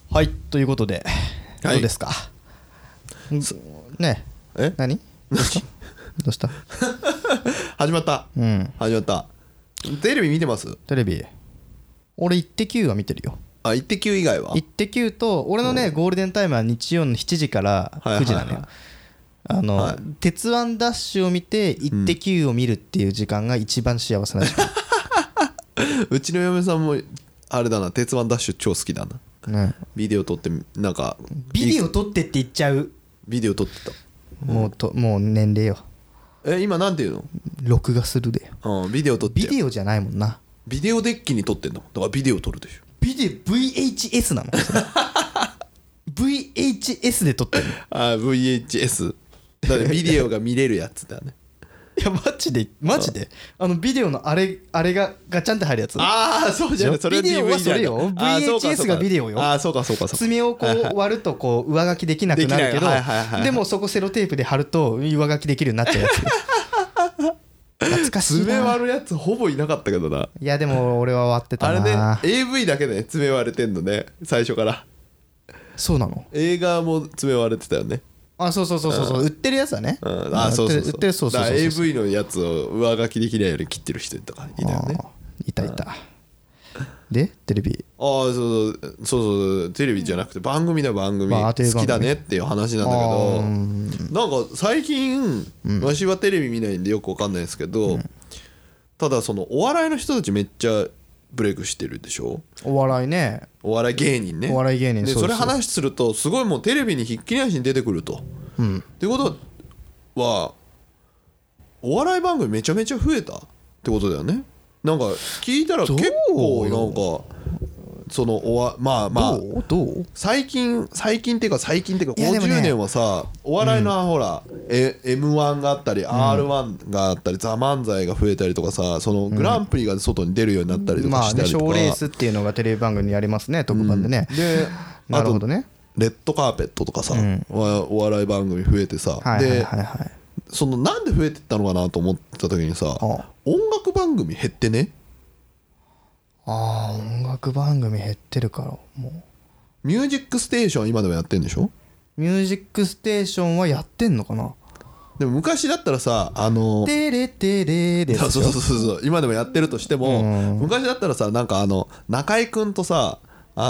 はい、ということで、 はい、 どうですかねえ、何どうした始まった、 うん、 始まった。テレビ見てます？ テレビ俺イッテ Q は見てるよ。 あ、イッテ Q 以外は？ イッテ Q と俺のね、ゴールデンタイムは日曜の7時から9時なのよ。はい、鉄腕ダッシュを見てイッテ Q を見るっていう時間が一番幸せな時間、 うちの嫁さんもあれだな、鉄腕ダッシュ超好きだな、ね、ビデオ撮ってなんかビデオ撮ってって言っちゃう。 ビデオ撮ってた。 もう年齢よ。 今なんていうの？ 録画するでよ。ビデオ撮って。 ビデオじゃないもんな。 ビデオデッキに撮ってんの。だからビデオ撮るでしょ。 ビデオ VHS なのVHS で撮ってるの。 あ、VHS だってビデオが見れるやつだね。 いやマジでビデオのあれがガチャンって入るやつ。 ああ、そうじゃん。それはビデオはそれよ。 VHS がビデオよ。 ああ、そうかそうかそうか。 爪をこう割るとこう上書きできなくなるけど、でもそこセロテープで貼ると上書きできるようになっちゃうやつ。懐かしいな。 爪割るやつほぼいなかったけどな。 いやでも俺は割ってたな。 あれね、 AV だけで爪割れてんのね、最初から。 そうなの？ 映画も爪割れてたよね。 あ、そう売ってるやつだね。 あ、そう売ってる。そう AV のやつを上書きできないように切ってる人とかいたよね。 いたでテレビ、 そうテレビじゃなくて番組好きだねっていう話なんだけど、なんか最近わしはテレビ見ないんでよくわかんないですけど、ただそのお笑いの人たちめっちゃブレイクしてるでしょ。 お笑いね。 お笑い芸人ね。 お笑い芸人でそれ話するとすごいもうテレビにひっきりなしに出てくると。ってことはお笑い番組めちゃめちゃ増えたってことだよね。なんか聞いたら結構なんかそのどう最近っていうか50年はさ、お笑いのほら M1 があったり R1 があったりザ漫才が増えたりとかさ、そのグランプリが外に出るようになったりとかしたりとか、 賞レースっていうのがテレビ番組にありますね、特番でね。 でなるほどね。 レッドカーペットとかさ、お笑い番組増えてさ、でそのなんで増えてったのかなと思った時にさ、音楽番組減ってね。 音楽番組減ってるから。もうミュージックステーション今でもやってんでしょ。 ミュージックステーションはやってんのかな。 でも昔だったらさ、 テレテレでそう今でもやってるとしても、昔だったらさ、なんか中居君とさ、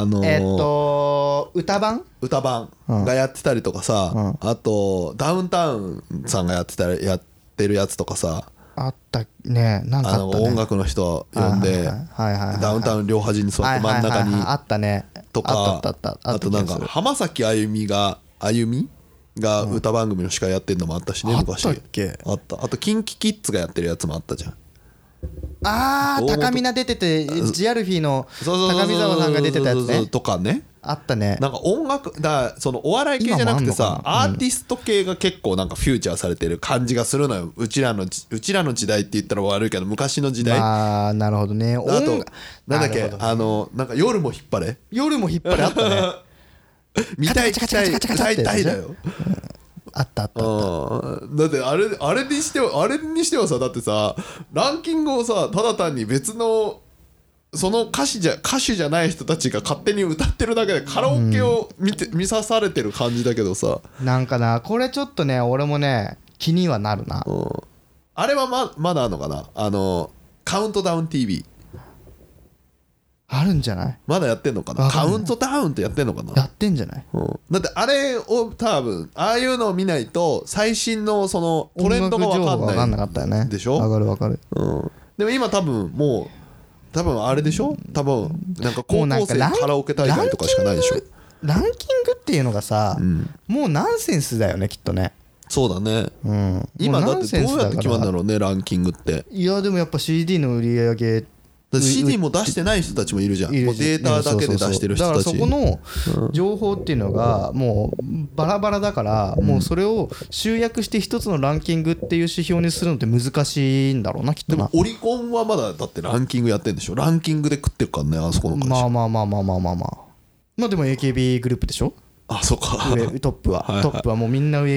歌番がやってたりとかさ、あとダウンタウンさんがやってるやつとかさあったね。なんかあったね。 音楽の人呼んでダウンタウン両端に座って真ん中にあったね。 とか、あとなんか浜崎あゆみが歌番組の司会やってるのもあったしね、昔。 あったっけ？ あった。あとキンキキッズがやってるやつもあったじゃん。 高見菜出てて、ジアルフィーの高見沢さんが出てたやつね。 とかね。 あったね。 なんか音楽そのお笑い系じゃなくてさ、アーティスト系が結構なんかフューチャーされてる感じがするのよ。うちらの時代って言ったら悪いけど、昔の時代。 なるほどね。 あとなんだっけ、なんか夜も引っ張れあったね。 見たい歌いたいだよ。 あった。だってあれにしてはさ、だってさ、ランキングをさ、ただ単に別のその歌手じゃない人たちが勝手に歌ってるだけでカラオケを見さされてる感じだけどさ、 なんかな、これちょっとね、俺もね気にはなるな。 あれはまだあるのかな。カウントダウン TV あるんじゃない？ まだやってんのかな。カウントダウンってやってんのかな。 やってんじゃない？ だってあれを多分ああいうのを見ないと最新のそのトレンドが分かんなかったよね。 でしょ。 分かる。 でも今多分あれでしょ。多分なんか高校生カラオケ大会とかしかないでしょ。 ランキングっていうのがさ、もうナンセンスだよね、きっとね。 そうだね。今だってどうやって決まるんだろうね、ランキングって。 いやでもやっぱ CD の売り上げ、 CD も出してない人たちもいるじゃん。もうデータだけで出してる人たち。 だからそこの情報っていうのがもうバラバラだから、もうそれを集約して一つのランキングっていう指標にするのって難しいんだろうな、きっとな。 でもオリコンはまだだってランキングやってんでしょ。ランキングで食ってるからね、あそこの会社。 まあでも AKB グループでしょ。 あ、そうか。 トップはもうみんな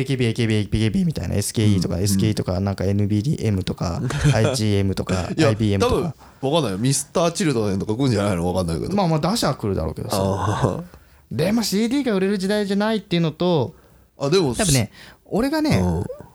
AKB みたいな SKE とか SKE とかなんか NBDM とか IGM とか IBM とか。 多分分かんないよ。ミスターチルドレンとか来るんじゃないの。分かんないけど。 まあ打者は来るだろうけどさ。 でも CD が売れる時代じゃないっていうのと、 でも多分ね俺がね、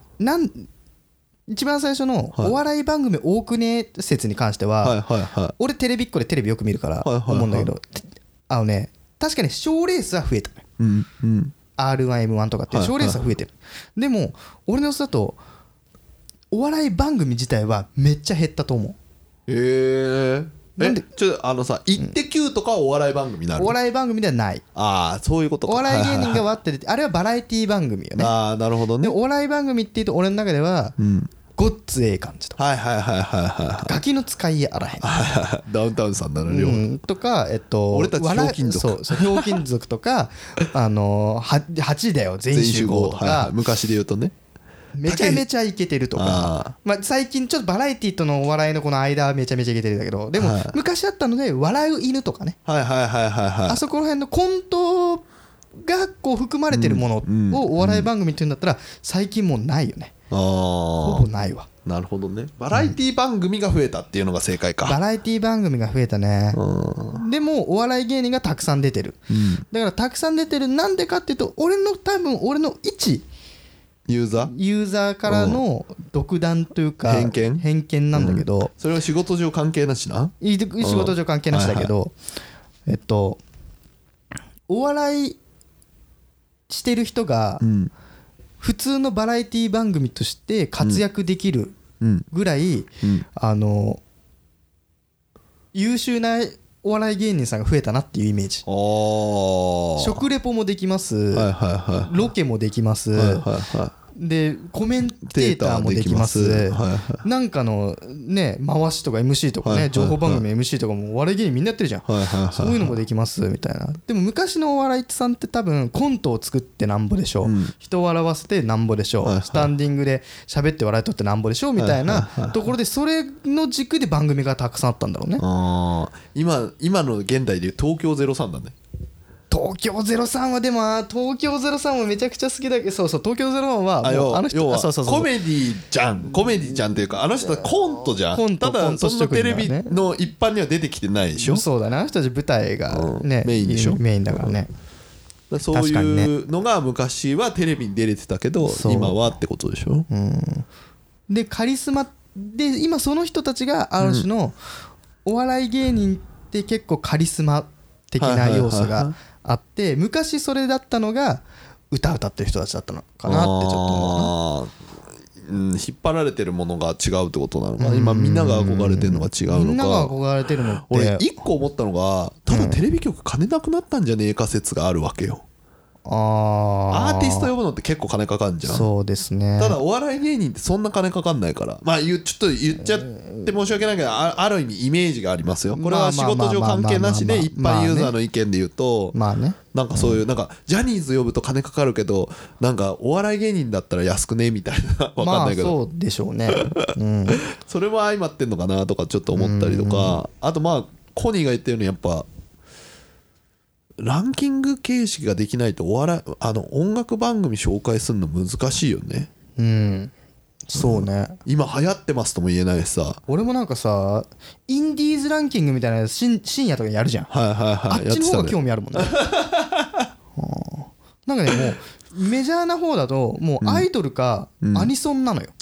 一番最初のお笑い番組多くね説に関しては、俺テレビっ子でテレビよく見るから思うんだけど、確かに賞レースは増えたね、R1M1 とかって賞レースは増えてる、でも俺の予想だとお笑い番組自体はめっちゃ減ったと思う。 なんでイッテ Q とかはお笑い番組になる？ お笑い番組ではない。 そういうことか。 お笑い芸人が割ってて、あれはバラエティ番組よね。 なるほどね。 でお笑い番組っていうと俺の中では、ごっつええ感じとか、ガキの使いやあらへんダウンタウンさんなら両方とか、 俺たちひょうきん族、 ひょうきん族とか8時だよ全員集合とか、 昔で言うとね、 めちゃめちゃイケてるとか、最近ちょっとバラエティとのお笑いのこの間はめちゃめちゃイケてるんだけど、でも昔あったので笑う犬とかね、あそこら辺のコントがこう含まれてるものをお笑い番組っていうんだったら最近もうないよね。ほぼないわ。 なるほどね。バラエティ番組が増えたっていうのが正解か。 バラエティ番組が増えたね。でもお笑い芸人がたくさん出てる、だからたくさん出てる。なんでかっていうと俺の一ユーザーからの独断というか偏見なんだけど、 それは仕事上関係なしな。 仕事上関係なしだけど、お笑いしてる人が普通のバラエティ番組として活躍できるぐらい優秀なお笑い芸人さんが増えたなっていうイメージ。食レポもできます、ロケもできます、でコメンテーターもできます、なんかのね回しとか MC とかね、情報番組 MC とかもお笑い芸人みんなやってるじゃん、そういうのもできますみたいな。でも昔のお笑いさんって多分コントを作ってなんぼでしょ、人を笑わせてなんぼでしょ、スタンディングで喋って笑い取ってなんぼでしょみたいなところで、それの軸で番組がたくさんあったんだろうね。 今の現代でいう東京03だね。 東京03はでも東京03はめちゃくちゃ好きだけど、そう東京03はもうあの人コメディじゃんっていうか、あの人はコントじゃん。ただそんなテレビの一般には出てきてないでしょ。 そうだね、あの人たち舞台がねメインでしょ。 メインだからね。 そういうのが昔はテレビに出れてたけど今はってことでしょ。 でカリスマで今その人たちがある種のお笑い芸人って結構カリスマ的な要素があって、昔それだったのが歌ってる人たちだったのかなってちょっと思うな。 引っ張られてるものが違うってことなのかな。今みんなが憧れてるのが違うのか。 みんなが憧れてるのって、 俺一個思ったのが、ただテレビ局金なくなったんじゃねえか説があるわけよ。アーティスト呼ぶのって結構金かかんじゃん。 そうですね。 ただお笑い芸人ってそんな金かかんないから、ちょっと言っちゃって申し訳ないけど、ある意味イメージがありますよ。これは仕事上関係なしで一般ユーザーの意見で言うと、なんかそういうなんかジャニーズ呼ぶと金かかるけど、なんかお笑い芸人だったら安くねみたいな、わかんないけど、 そうでしょうね。 それも相まってんのかなとかちょっと思ったりとか、あとコニーが言ったようにやっぱランキング形式ができないと音楽番組紹介するの難しいよね。 そうね。 今流行ってますとも言えないしさ。 俺もなんかさ、インディーズランキングみたいなやつ深夜とかにやるじゃん。あっちの方が興味あるもんね。なんかね、もうメジャーな方だともうアイドルかアニソンなのよ。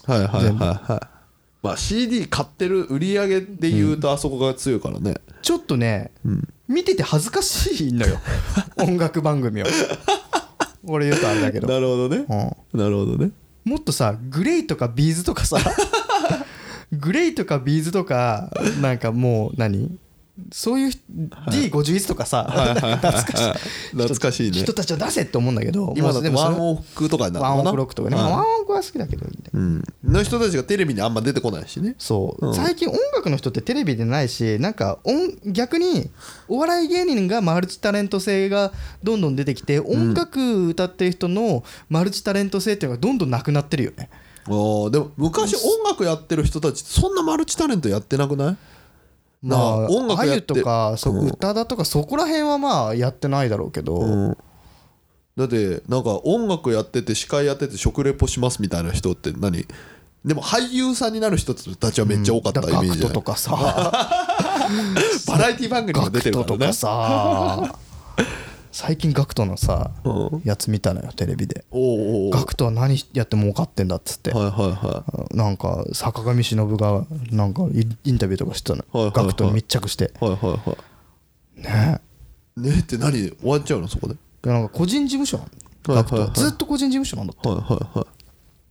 CD 買ってる売り上げで言うとあそこが強いからね。 ちょっとね、見てて恥ずかしいのよ音楽番組を。俺言うとあれだけど。 なるほどね。なるほどね。 もっとさ、グレイとかビーズとかさグレイとかビーズとかなんかもうそういう D51 とかさ、 懐かしいね人たちを出せって思うんだけど、 今だってワンオクとかになるのかな。 ワンオクロックとかね。ワンオクは好きだけどの人たちがテレビにあんま出てこないしね。 そう最近音楽の人ってテレビでないし、なんか逆にお笑い芸人がマルチタレント性がどんどん出てきて、音楽歌ってる人のマルチタレント性っていうのがどんどんなくなってるよね。 でも昔音楽やってる人たちそんなマルチタレントやってなくない？ 音楽やってとか歌だとかそこら辺はやってないだろうけど、 だってなんか音楽やってて司会やってて食レポしますみたいな人って何？でも俳優さんになる人たちはめっちゃ多かったイメージだよ。 とかさバラエティ番組にも出てるからね。 とかさ最近ガクトのさ、やつ見たのよテレビで。ガクトは何やって儲かってんだっつって、なんか坂上忍がなんかインタビューとかしてたの、ガクトに密着して。ねえって何終わっちゃうのそこで。 なんか個人事務所ガクトずっと個人事務所なんだって。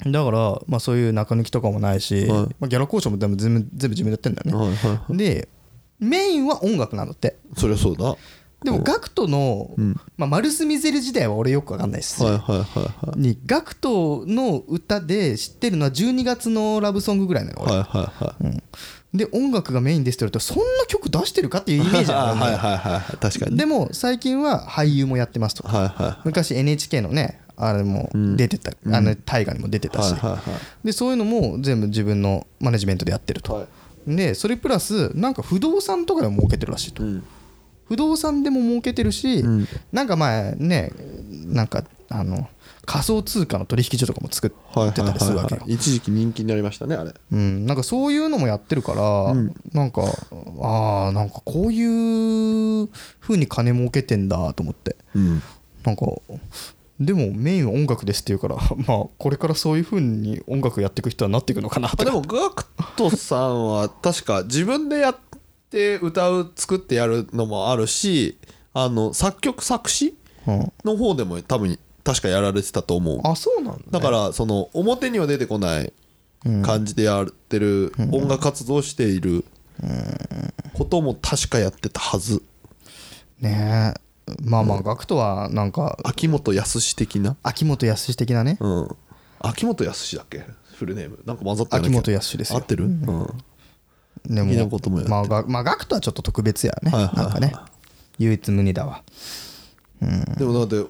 だからまあそういう中抜きとかもないし、ギャラ交渉も全部自分でやってんだよね。でメインは音楽なんだって。 そりゃそうだ。 でもガクトの、マルス・ミゼル時代は俺よく分かんないっす、にガクトの歌で知ってるのは12月のラブソングぐらいなの俺、で音楽がメインですって言われたらそんな曲出してるかっていうイメージあるんだよ確かに。 でも最近は俳優もやってますと、昔 NHK のねあれも出てた、大河にも出てたし、でそういうのも全部自分のマネジメントでやってると、でそれプラスなんか不動産とかでも儲けてるらしいと、不動産でも儲けてるし、なんかまあねなんか仮想通貨の取引所とかも作ってたりするわけよ。 一時期人気になりましたねあれ。 なんかそういうのもやってるから、なんかなんかこういう風に金儲けてんだと思って、なんかでもメインは音楽ですって言うからまあこれからそういう風に音楽やっていく人はなっていくのかなとか。 でもガクトさんは確か自分でやって歌う作ってやるのもあるし、作曲作詞の方でも多分確かやられてたと思う。 あ、そうなんだ、ね。 だからその表には出てこない感じでやってる音楽活動をしていることも確かやってたはず。 ねえ。まあまあガクトはなんか秋元康的な。 秋元康的なね。 秋元康だっけフルネーム。なんか混ざってる。 秋元康ですよ。 合ってる？ でもまあガクトはちょっと特別やね。なんかね唯一無二だわ。 でもだって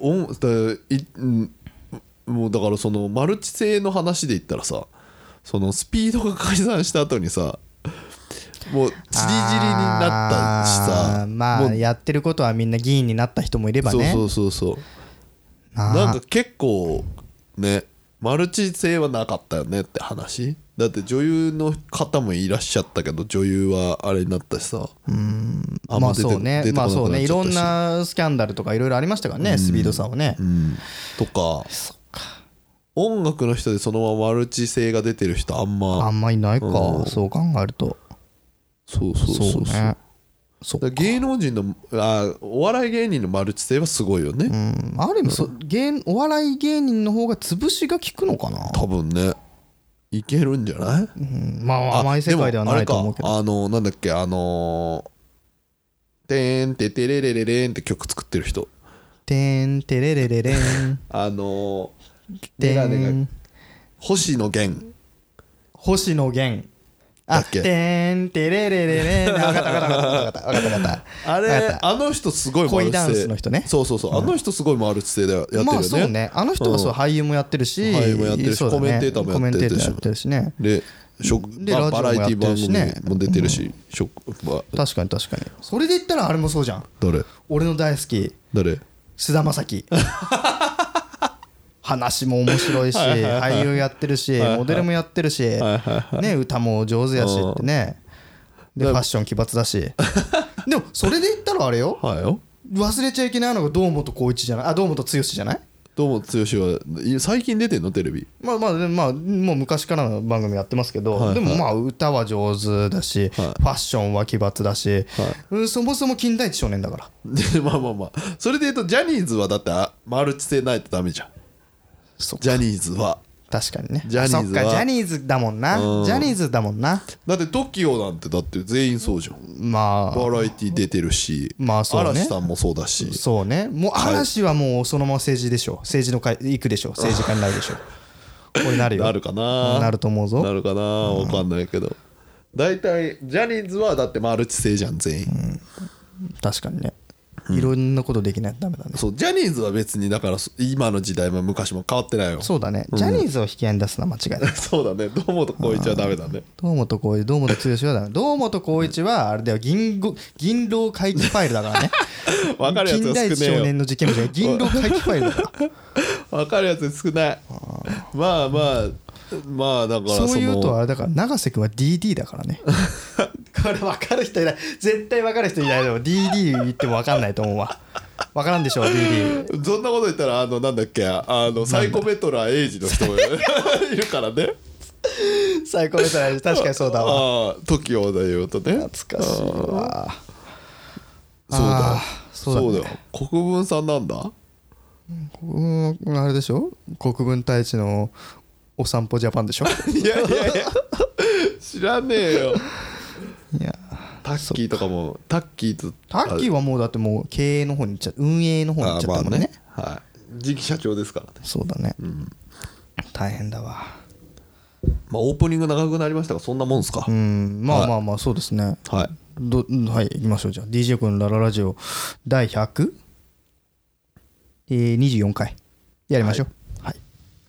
もうだからそのマルチ性の話で言ったらさ、そのスピードが解散した後にさもうチリチリになったしさ、 まあやってることはみんな議員になった人もいればね。 そうなんか結構ねマルチ性はなかったよねって話だって。女優の方もいらっしゃったけど女優はあれになったしさ、 まあそうね、まあそうね、いろんなスキャンダルとかいろいろありましたからね、スピードさんはね、 とか。音楽の人でそのままマルチ性が出てる人あんまいないか、そう考えると。 そうね。芸能人のお笑い芸人のマルチ性はすごいよね。 ある意味お笑い芸人の方が潰しが効くのかな。 多分ねいけるんじゃない？ まあ甘い世界ではないと思うけど。 なんだっけてーんててれれれれんって曲作ってる人。 てーんてれれれれんメガネが星野源。 あってーんてれれれれん。分かったあれあの人すごいマルチ性。恋ダンスの人ね。 そうあの人すごいマルチ性でやってるよね。まあそうね、あの人はそう俳優もやってるし、 コメンテーターもやってるしね。でバラエティ番組も出てるし、 確かにそれで言ったらあれもそうじゃん。俺の大好き菅田将暉。話も面白いし俳優やってるしモデルもやってるし歌も上手やしってね。でファッション奇抜だし。でもそれで言ったらあれよ、忘れちゃいけないのが堂本剛じゃない？堂本剛じゃない？ 堂本剛は最近出てんのテレビ？ まあもう昔からの番組やってますけど、でもまあ歌は上手だし、ファッションは奇抜だし、そもそも金田一少年だから。 まあそれで言うとジャニーズはだってマルチ性ないとダメじゃん。ジャニーズは確かにね。ジャニーズだもんな。ジャニーズだもんな。 だって TOKIO なんてだって全員そうじゃん。バラエティ出てるし、嵐さんもそうだし。 そうね。もう嵐はもうそのまま政治でしょ。政治の会行くでしょ。政治家になるでしょ。これなるよ。 なるかな。 なると思うぞ。 なるかな。わかんないけど。大体ジャニーズはだってマルチ性じゃん全員。 確かにね。いろんなことできないとダメだね。 そうジャニーズは別にだから今の時代も昔も変わってないよ。 そうだね。ジャニーズを引き合いに出すのは間違いない。 そうだね。堂本光一はダメだね。 堂本剛はダメ。堂本光一はあれだよ、銀狼回帰ファイルだからね。 分かるやつが少ないよ。 金田一少年の事件簿じゃ銀狼回帰ファイルだから。 分かるやつ少ない。まあだからそういうとあれだから永瀬君は DD だからね。これ分かる人いない。絶対分かる人いない。でも DD 言っても分かんないと思うわ。 分からんでしょ DD。 そんなこと言ったらなんだっけサイコメトラーエイジの人もいるからね。 サイコメトラーエイジ確かにそうだわ。 TOKIO で言うとね。 懐かしいわ。 そうだよ。国分さんなんだ。 あれでしょ、国分太一のお散歩ジャパンでしょ。 いや知らねえよ。 いやタッキーとかもタッキーはもうだってもう経営の方に行っちゃ運営の方に行っちゃったもんね。 はい、次期社長ですからね。 そうだね、大変だわ。 まあオープニング長くなりましたがそんなもんですか。 まあそうですね。はい行きましょう。じゃあ DJ 君のラララジオ第124回やりましょう。はい。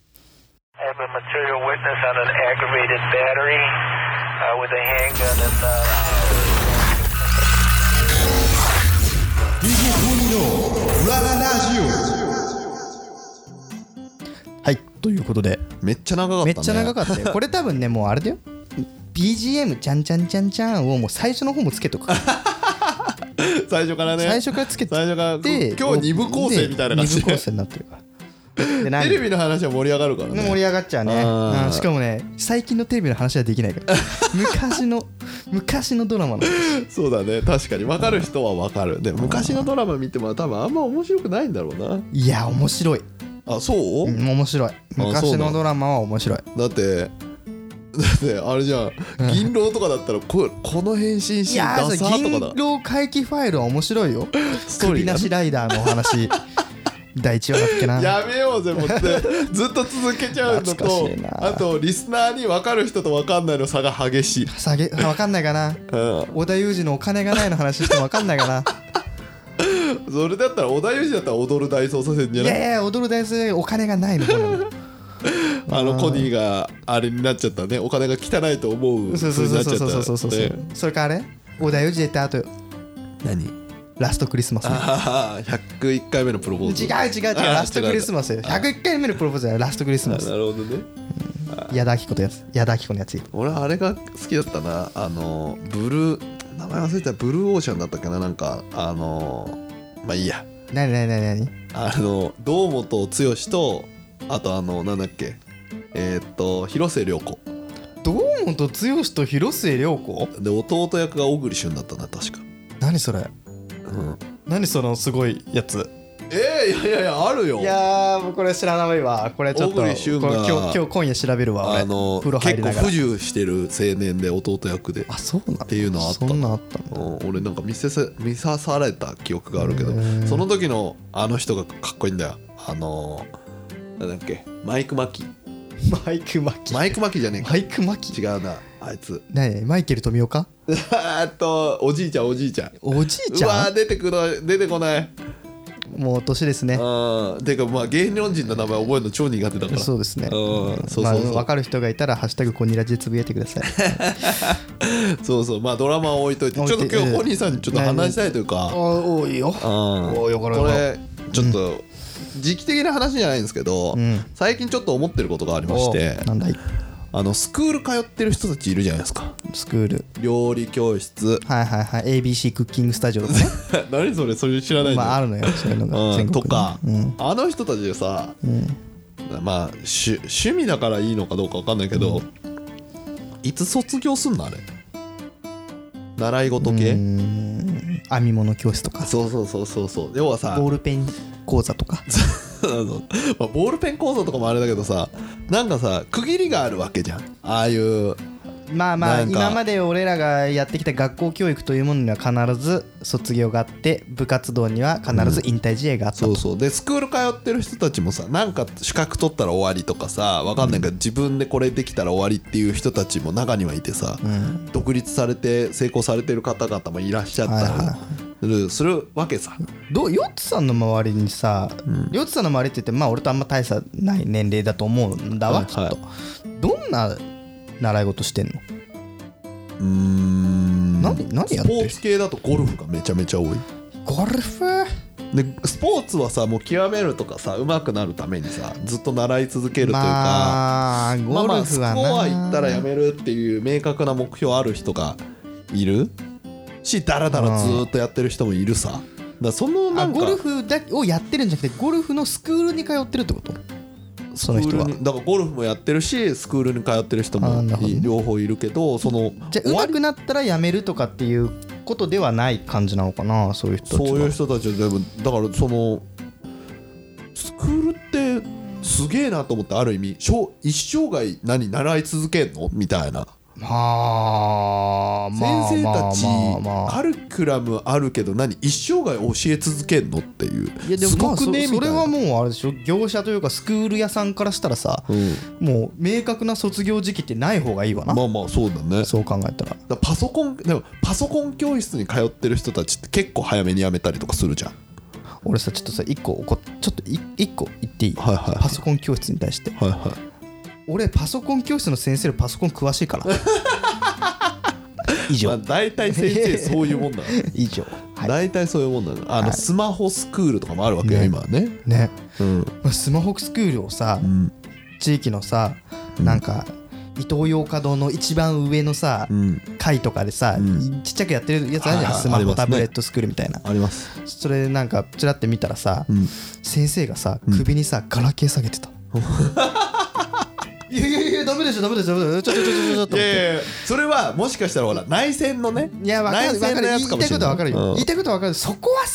はい、ということでめっちゃ長かったね。 めっちゃ長かったよ。これ多分ねもうあれだよ、 BGM ちゃんちゃんちゃんちゃんをもう最初の方もつけとく。 最初からね。 最初からつけて、 今日2部構成みたいな感じで 2部構成になってるから。 テレビの話は盛り上がるからね。 盛り上がっちゃうね。しかもね最近のテレビの話はできないから昔のドラマの。 そうだね、確かに分かる人は分かる。で昔のドラマ見ても多分あんま面白くないんだろうな。 いや面白い。 あ、そう？ 面白い。昔のドラマは面白い。 だってあれじゃん、銀狼とかだったらこの変身シーンダサーとかだ。 銀狼回帰ファイルは面白いよ。首なしライダーのお話第1話だっけな。 やめようぜもってずっと続けちゃうのと、あとリスナーに分かる人と分かんないの差が激しい。 分かんないかな、織田裕二のお金がないの話しても分かんないかな。 それだったら織田裕二だったら踊る大捜査線じゃない？ いや踊る大捜査お金がないの。 コニーがあれになっちゃったね。お金が汚いと思う。 そうそれからあれ織田裕二で言った後何？ ラストクリスマス。 101回目のプロポーズ。 違うラストクリスマスよ。101回目のプロポーズだよ。ラストクリスマス。 なるほどね。 矢田亜希子のやつ。 俺あれが好きだったな。ブルー、名前忘れた。ブルーオーシャンだったっけな。なんかまあいいや。 何堂本剛とあとなんだっけ、広末涼子。 堂本剛と広末涼子で弟役が小栗旬だったな確か。 何それ、何そのすごいやつ。 いやあるよ。 いやもうこれ知らないわ。これちょっと小栗旬が今日今夜調べるわ。 風呂入りながら結構不自由してる青年で弟役で。 あ、そうなんだっていうのあった。 そんなあったんだ。 俺なんか見さされた記憶があるけど、その時のあの人がかっこいいんだよ。なんだっけ、マイク・マキじゃねえか。マイク・マキ違うなあいつ。 マイケル富岡おじいちゃん。うわ出てこない。 もう年ですね。 てかまあ芸能人の名前覚えるの超苦手だから。 そうですね。分かる人がいたらハッシュタグコニラジでつぶやいてください。 そうまあドラマは置いといて、ちょっと今日コニーさんにちょっと話したいというか。 多いよ。 これちょっと時期的な話じゃないんですけど、最近ちょっと思ってることがありまして。 なんだい。 スクール通ってる人たちいるじゃないですか。 スクール料理教室。 ABC クッキングスタジオとかね。 何それ知らないの。 あるのよそういうのが全国にとか、あの人たちでさ、まあ趣味だからいいのかどうか分かんないけど、いつ卒業すんのあれ。習い事系。 編み物教室とか。 そう要はさボールペン講座とか。 ボールペン講座とかもあれだけどさ、なんかさ区切りがあるわけじゃん。ああいうまあ今まで俺らがやってきた学校教育というものには必ず卒業があって、部活動には必ず引退試合があったと。 そうでスクール通ってる人たちもさ、なんか資格取ったら終わりとかさ、わかんないけど自分でこれできたら終わりっていう人たちも中にはいてさ、独立されて成功されてる方々もいらっしゃったりするわけさ。 ヨッツさんの周りにさ、ヨッツさんの周りって言ってまあ俺とあんま大差ない年齢だと思うんだわ、きっと。どんな習い事してんの？何やってる？ スポーツ系だとゴルフがめちゃめちゃ多い。 ゴルフでスポーツはさ、もう極めるとかさ、上手くなるためにさずっと習い続けるというか、 ゴルフはな、 スコアいったらやめるっていう明確な目標ある人がいるし、だらだらずっとやってる人もいるさ。 だそのなんかゴルフをやってるんじゃなくてゴルフのスクールに通ってるってこと？その人はだからゴルフもやってるしスクールに通ってる人も両方いるけど、そのじゃあ上手くなったらやめるとかっていうことではない感じなのかな、そういう人たちは。 そういう人たちはだからそのスクールってすげえなと思って、ある意味一生涯習い続けんのみたいな。先生たちカリキュラムあるけど一生涯教え続けんのっていう。 いやでもすごくね、それはもうあれでしょ、業者というかスクール屋さんからしたらさ、もう明確な卒業時期ってない方がいいわな。 まあまあそうだね。 そう考えたらパソコン教室に通ってる人たちって結構早めに辞めたりとかするじゃん。 俺さちょっとさ一個言っていい？はいはい、パソコン教室に対して、はいはい、俺パソコン教室の先生のパソコン詳しいから以上。 まあ、大体先生そういうもんだ以上、 はい、大体そういうもんだはい、スマホスクールとかもあるわけよ、今はね。 スマホスクールをさ、地域のさなんかイトーヨーカドーの一番上のさ、階とかでさ、ちっちゃくやってるやつあるじゃん、スマホタブレットスクールみたいな。 あります。 それなんかちらって見たらさ、先生がさ首にさガラケー下げてた。いやダメでしょちょっといやそれはもしかしたらほら内戦のね、 いや分かる言いたいことは分かるよ、言いたいことは分かる。そこは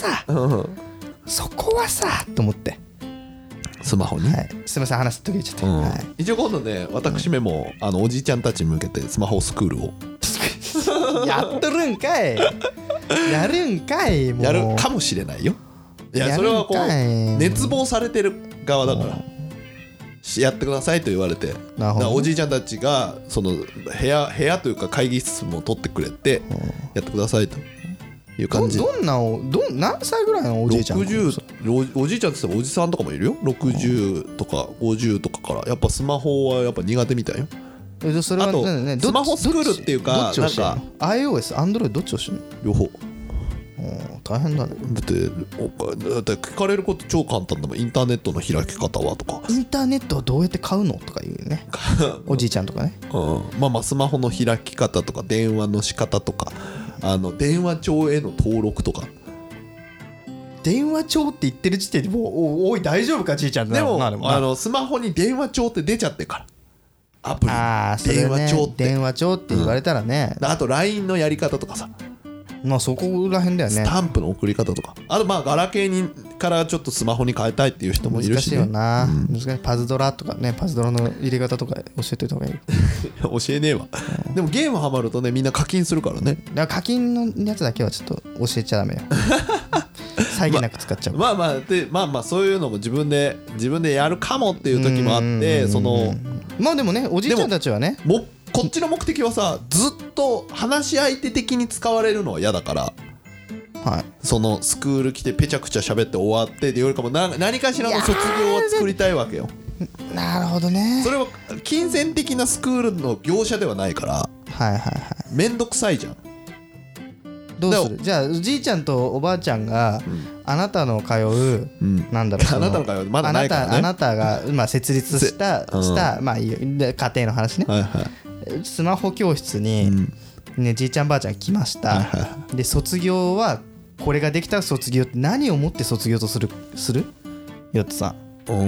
さと思って、 スマホに、 すみません話途切れちゃった、 一応今度ね私めもおじいちゃんたちに向けてスマホスクールをやっとるんかいやるんかい、もうやるかもしれないよ。いやそれはこう熱望されてる側だからやってくださいと言われて、おじいちゃんたちがその部屋というか会議室も取ってくれてやってくださいという感じ。 何歳ぐらいのおじいちゃん？ 60おじいちゃんって言ったらおじさんとかもいるよ。60とか50とかからやっぱスマホはやっぱ苦手みたいよ。 それはあとスマホスクールっていうかなんか iOS、Android どっちをしてるの？ 両方。 大変だね。 だって聞かれること超簡単だもん。インターネットの開き方はとか、 インターネットをどうやって買うのとか言うねおじいちゃんとかね。 まあスマホの開き方とか電話の仕方とか電話帳への登録とか。 電話帳って言ってる時点でもうおい大丈夫かじいちゃん。 でもスマホに電話帳って出ちゃってからアプリ電話帳って電話帳って言われたらね、 あと LINE のやり方とかさ、 まあそこら辺だよね。 スタンプの送り方とか、あとまあガラケーからちょっとスマホに変えたいっていう人もいるし、ね、 難しいよな、難しい。パズドラとかね、パズドラの入れ方とか教えておいた方がいい教えねえわ、でもゲームハマるとねみんな課金するからね。 だから課金のやつだけはちょっと教えちゃダメよ際限なく使っちゃう。 まあそういうのも自分でやるかもっていう時もあって、そのまあでもねおじいちゃんたちはねこっちの目的はさ、ずっと話し相手的に使われるのは嫌だから、そのスクール来てペチャクチャ喋って終わってでよりかも何かしらの卒業を作りたいわけよ。 なるほどね。 それは金銭的なスクールの業者ではないから、めんどくさいじゃん。 どうする？じゃあおじいちゃんとおばあちゃんがあなたの通う、なんだろう、 あなたの通うまだないからね、 あなたが設立したまあいいよ、家庭の話ね、スマホ教室に、じいちゃんばあちゃん来ました、で卒業はこれができたら卒業って何をもって卒業とするよってさ、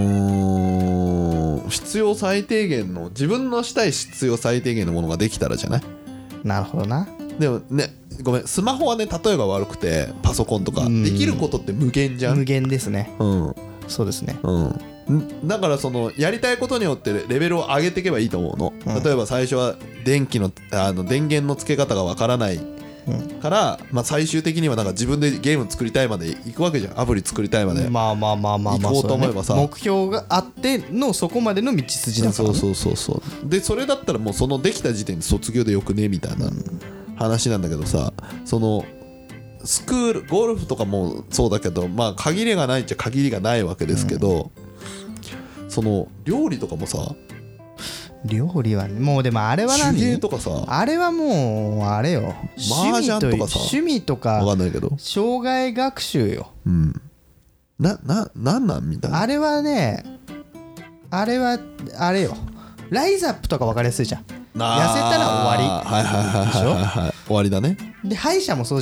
必要最低限の自分のしたい必要最低限のものができたらじゃない？ なるほどな。 でもねごめん、スマホはね例えが悪くてパソコンとかできることって無限じゃん。 無限ですね。そうですね。 だからそのやりたいことによってレベルを上げていけばいいと思うの。例えば最初は電源の付け方がわからないから、最終的にはなんか自分でゲーム作りたいまで行くわけじゃん。アプリ作りたいまで行こうと思えばさ、 目標があってのそこまでの道筋だからね。 そうでそれだったらもうそのできた時点で卒業でよくねみたいな話なんだけどさ、そのスクールゴルフとかもそうだけど、限りがないっちゃ限りがないわけですけど、その料理とかもさ、 料理はね、もうでもあれは何？ 手芸とかさ、 あれはもうあれよ、 麻雀とかさ、 趣味とか分かんないけど障害学習よ。 なんみたいな。 あれはね、あれはあれよ、ライズアップとか分かりやすいじゃん。痩せたら終わりでしょ。 終わりだね。 で歯医者もそうじゃん。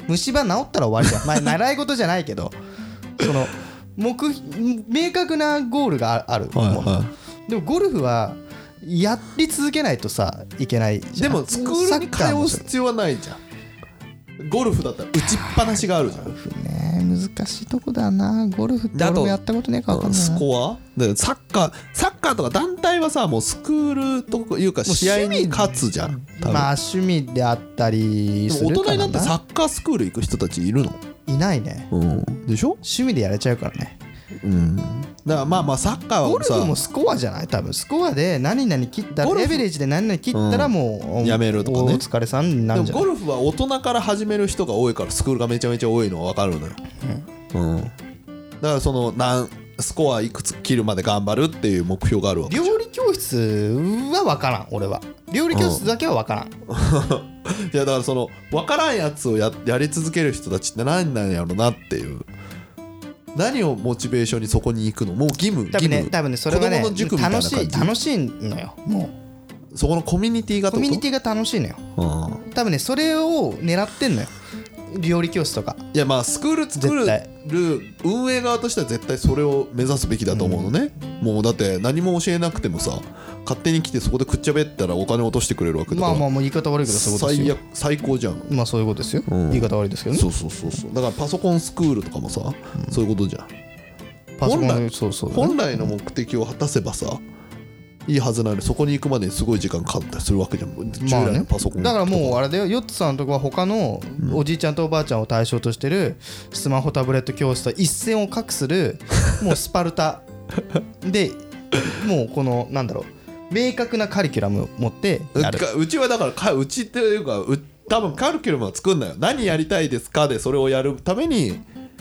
虫歯治ったら終わりじゃん。まあ習い事じゃないけど、その明確なゴールがある、でもゴルフはやり続けないとさいけないじゃん。 でもスクールに通う必要はないじゃん。ゴルフだったら打ちっぱなしがあるじゃん。 ゴルフね難しいとこだな。ゴルフって俺もやったことねえか分かんないな。 スコアでサッカーとか団体はさもうスクールというか試合に勝つじゃん。 まあ趣味であったりするかな。 大人になってサッカースクール行く人たちいるの？ いないね、 でしょ。 趣味でやれちゃうからね。 だからまあサッカーはさゴルフもスコアじゃない？多分スコアで何々切ったらエベレージで何々切ったらもうやめるとかね。 お疲れさんになるんじゃない？ でもゴルフは大人から始める人が多いからスクールがめちゃめちゃ多いのは分かるのよ。だからそのスコアいくつ切るまで頑張るっていう目標があるわけ。 料理教室は分からん。俺は料理教室だけは分からん。 いやだからその分からんやつを やり続ける人たちって何なんやろなっていう。何をモチベーションにそこに行くの？もう義務。 多分ねそれはね子供の塾みたいな感じ。 楽しいのよ。もうそこのコミュニティが楽しいのよ。多分ねそれを狙ってんのよ。料理教室とか。 いやまあスクール作る運営側としては絶対それを目指すべきだと思うのね。もうだって何も教えなくてもさ勝手に来てそこでくっちゃべったらお金落としてくれるわけだから。 まあ言い方悪いけどそういうことですよ。 最高じゃん。 まあそういうことですよ。言い方悪いですけどね。 そうだからパソコンスクールとかもさそういうことじゃん。本来の目的を果たせばさいいはずなのにそこに行くまでにすごい時間かかったりするわけじゃん。従来のパソコンだからもうあれだよ。ヨッツさんのとこは他のおじいちゃんとおばあちゃんを対象としてるスマホタブレット教室と一線を画するもうスパルタでもうこのなんだろう明確なカリキュラムを持ってやる。 うちはだからうちっていうか多分カリキュラムは作んないよ。何やりたいですかでそれをやるために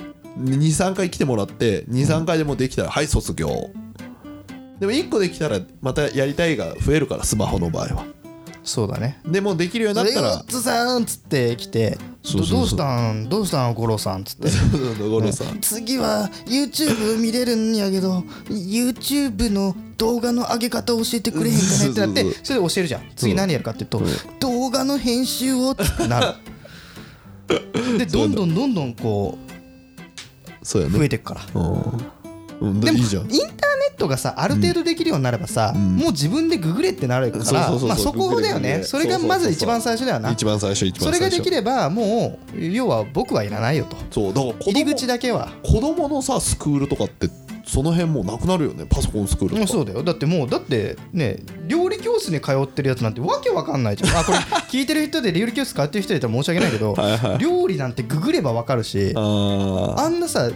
2,3 回来てもらって 2,3 回でもできたらはい卒業。でも1個できたらまたやりたいが増えるからスマホの場合は。 そうだね。 でもできるようになったらヨッツさんっつって来てどうしたん五郎さんっつって五郎さん次は YouTube 見れるんやけど YouTube の動画の上げ方教えてくれへんかねってなってそれで教えるじゃん。次何やるかっていうと動画の編集をってなる。でどんどんこう増えていくから。でもインターネットがさある程度できるようになればさもう自分でググれってなるからそこだよね。それがまず一番最初だよな。 一番最初それができればもう要は僕はいらないよと。 そうだから入り口だけは子供のさスクールとかってその辺もうなくなるよね。パソコンスクールとか。 そうだよ。だってね料理教室に通ってるやつなんてわけわかんないじゃん。これ聞いてる人で料理教室通ってる人いたら申し訳ないけど料理なんてググればわかるしあんなさ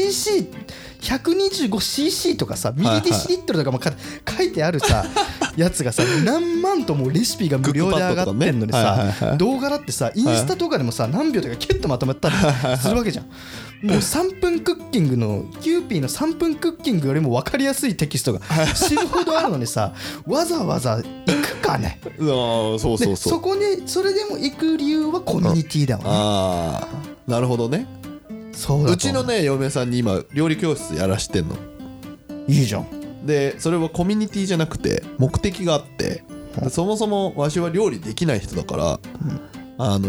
CC125cc とかさミリデシリットルとかも書いてあるさやつがさ何万ともレシピが無料で上がってんのにさ動画だってさインスタとかでもさ何秒とかキュッとまとめたりするわけじゃん。もう3分クッキングのキューピーの3分クッキングよりも分かりやすいテキストが死ぬほどあるのにさわざわざ行くかね。そこにそれでも行く理由はコミュニティだわね。 なるほどね。うちのね嫁さんに今料理教室やらしてんの。 いいじゃん。 でそれはコミュニティじゃなくて目的があってそもそもわしは料理できない人だから、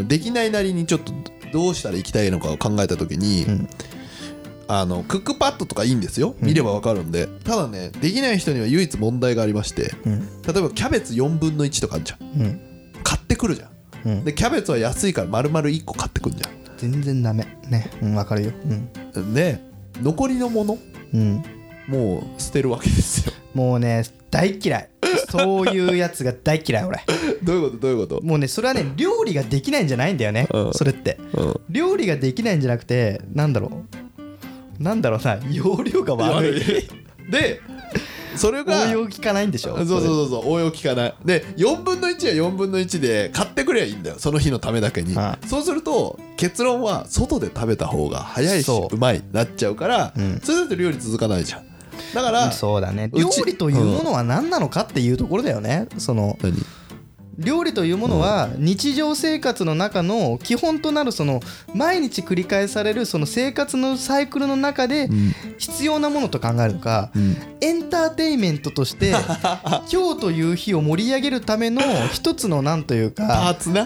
できないなりにちょっとどうしたら行きたいのかを考えた時に、クックパッドとかいいんですよ。見れば分かるんで。ただねできない人には唯一問題がありまして、例えばキャベツ4分の1とかあるじゃん、買ってくるじゃん、でキャベツは安いから丸々1個買ってくるじゃん。 全然ダメね。分かるよ。 で残りのもの、もう捨てるわけですよ。 もうね大嫌い。そういうやつが大嫌い俺。 どういうこともうねそれはね料理ができないんじゃないんだよね、それって、料理ができないんじゃなくてなんだろうな容量が悪いでそれが応用効かないんでしょ。 そう応用効かない。で4分の1は4分の1で買ってくればいいんだよその日のためだけに。そうすると結論は外で食べた方が早いしうまいなっちゃうから、それだと料理続かないじゃん。だからそうだね。料理というものは何なのかっていうところだよね。料理というものは日常生活の中の基本となるその毎日繰り返されるその生活のサイクルの中で必要なものと考えるのか、エンターテインメントとして今日という日を盛り上げるための一つのなんというかパーツな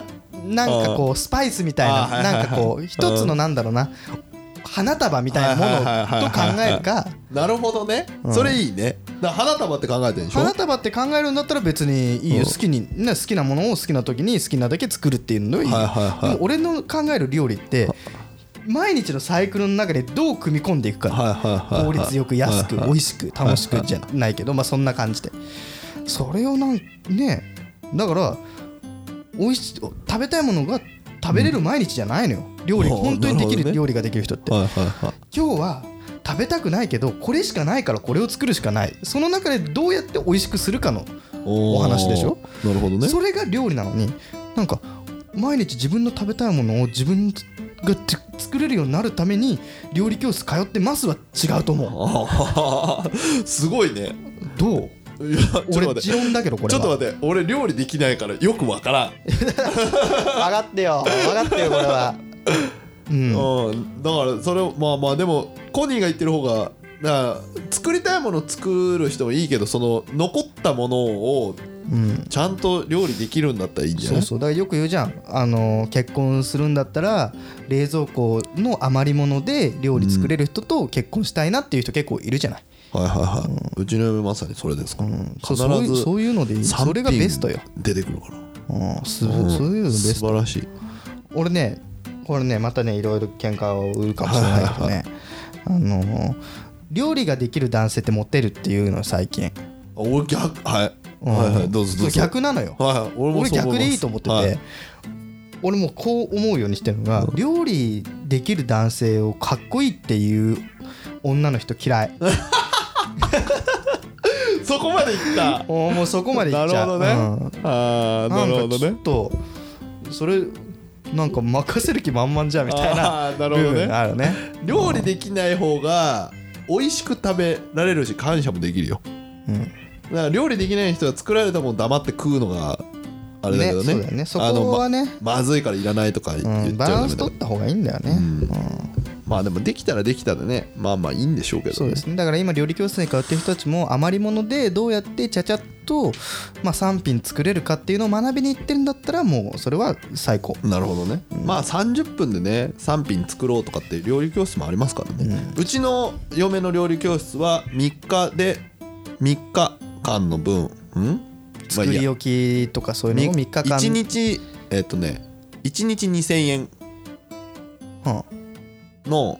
なんかこうスパイスみたいな、なんかこう一つのなんだろうな花束みたいなものと考えるか。 なるほどね、それいいね。だから花束って考えてるでしょ。 花束って考えるんだったら別にいいよ、好きにね、好きなものを好きな時に好きなだけ作るっていうのでいいよ。でも俺の考える料理って毎日のサイクルの中でどう組み込んでいくか、効率よく安く美味しく楽しくじゃないけど、まあそんな感じで、それをなんね、だから美味しい食べたいものが食べれる毎日じゃないのよ、料理。本当にできる料理ができる人って、今日は食べたくないけどこれしかないからこれを作るしかない、その中でどうやって美味しくするかのお話でしょ。 なるほどね。 それが料理なのに、なんか毎日自分の食べたいものを自分が作れるようになるために料理教室通ってますは違うと思う。すごいね。 どう？俺持論だけどこれは。 ちょっと待って、俺料理できないからよくわからん。 分かってよこれは。 だからそれをまあでもコニーが言ってる方が作りたいものを作る人もいいけど、その残ったものをちゃんと料理できるんだったらいいんじゃない？ そうだからよく言うじゃん、結婚するんだったら冷蔵庫の余り物で料理作れる人と結婚したいなっていう人結構いるじゃない。 うちの嫁まさにそれですから、必ずそういうのでいい、それがベストよ。 出てくるから、 そういうのベスト。 素晴らしい。 俺ねこれねまたねいろいろ喧嘩を売るかもしれないけどね、料理ができる男性ってモテるっていうの最近。 俺逆、どうぞ。 逆なのよ。俺逆でいいと思ってて、俺もこう思うようにしてるのが、料理できる男性をかっこいいっていう女の人嫌い。 そこまでいった。 もうそこまでいっちゃう。 なるほどね。なるほどね。 ちょっとそれなんか任せる気満々じゃんみたいな部分があるね。 料理できない方が美味しく食べられるし感謝もできるよ。だから料理できない人は作られたもの黙って食うのがあれだけどね。 そうだよね。そこはね、 まずいからいらないとか言っちゃうので、 バランス取った方がいいんだよね。 まあでもできたらできたでね、まあいいんでしょうけどね。 そうですね。だから今料理教室に通ってる人たちも余り物でどうやってちゃちゃっと3品作れるかっていうのを学びに行ってるんだったらもうそれは最高。 なるほどね。まあ30分でね3品作ろうとかって料理教室もありますからね。うちの嫁の料理教室は3日で3日間の分作り置きとかそういうのを3日間 1日1日2000円の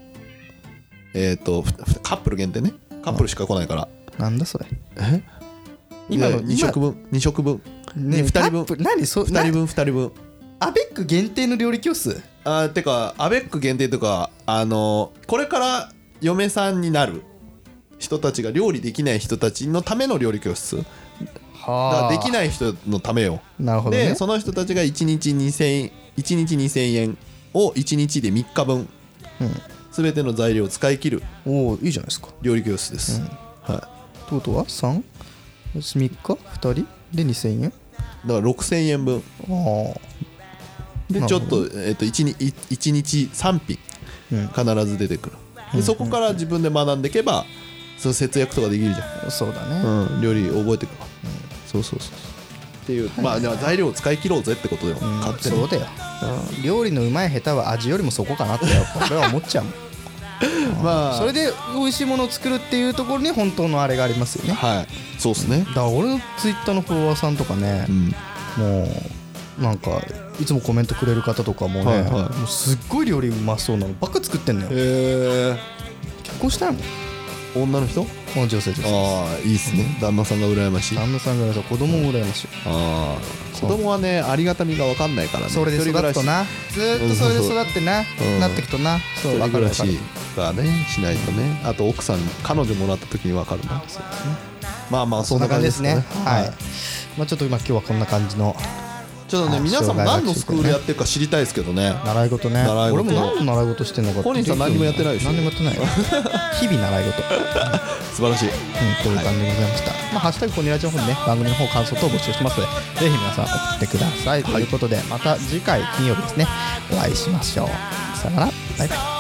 カップル限定ね。カップルしか来ないから。 なんだそれ。 今の2食分2人分何そ 2人分アベック限定の料理教室。 てかアベック限定とかこれから嫁さんになる人たちが料理できない人たちのための料理教室。だからできない人のためよ。 なるほどね。 でその人たちが1日2000円を1日で3日分全ての材料を使い切る。 おおいいじゃないですか。 料理教室です。 ってことは3日2人で2000円だから6000円分でちょっと1日3品必ず出てくる。でそこから自分で学んでいけばその節約とかできるじゃん。 そうだね。 料理覚えていくわ。そうっていう、まあ材料を使い切ろうぜってことよ。 そうだよ。料理のうまい下手は味よりもそこかなって俺は思っちゃうもん。それで美味しいものを作るっていうところに本当のあれがありますよね。 そうですね。 だから俺のツイッターのフォロワーさんとかね、もうなんかいつもコメントくれる方とかもね、もうすっごい料理うまそうなのばっか作ってんのよ。結婚したいもん。 女の人？ 女性。 いいっすね。旦那さんが羨ましい。 旦那さんが羨ましい。子供も羨ましい。 子供はねありがたみが分かんないからね。 それで育つとな、ずっとそれで育ってなってくとな、 そう一人暮らしがねしないとね。あと奥さん彼女もらった時に分かるな。そうですね。まあそんな感じですね。ちょっと今日はこんな感じの。 ちょっとね皆さんも何のスクールやってるか知りたいですけどね。 習い事ね。俺も何の習い事してんのか。 コニーさん何にもやってないでしょ。 何にもやってないよ。日々習い事。 素晴らしい。 という感じでございました。ハッシュタグコニラジの方にね番組の方感想等募集してますのでぜひ皆さん送ってください。ということでまた次回金曜日ですねお会いしましょう。さよなら。バイバイ。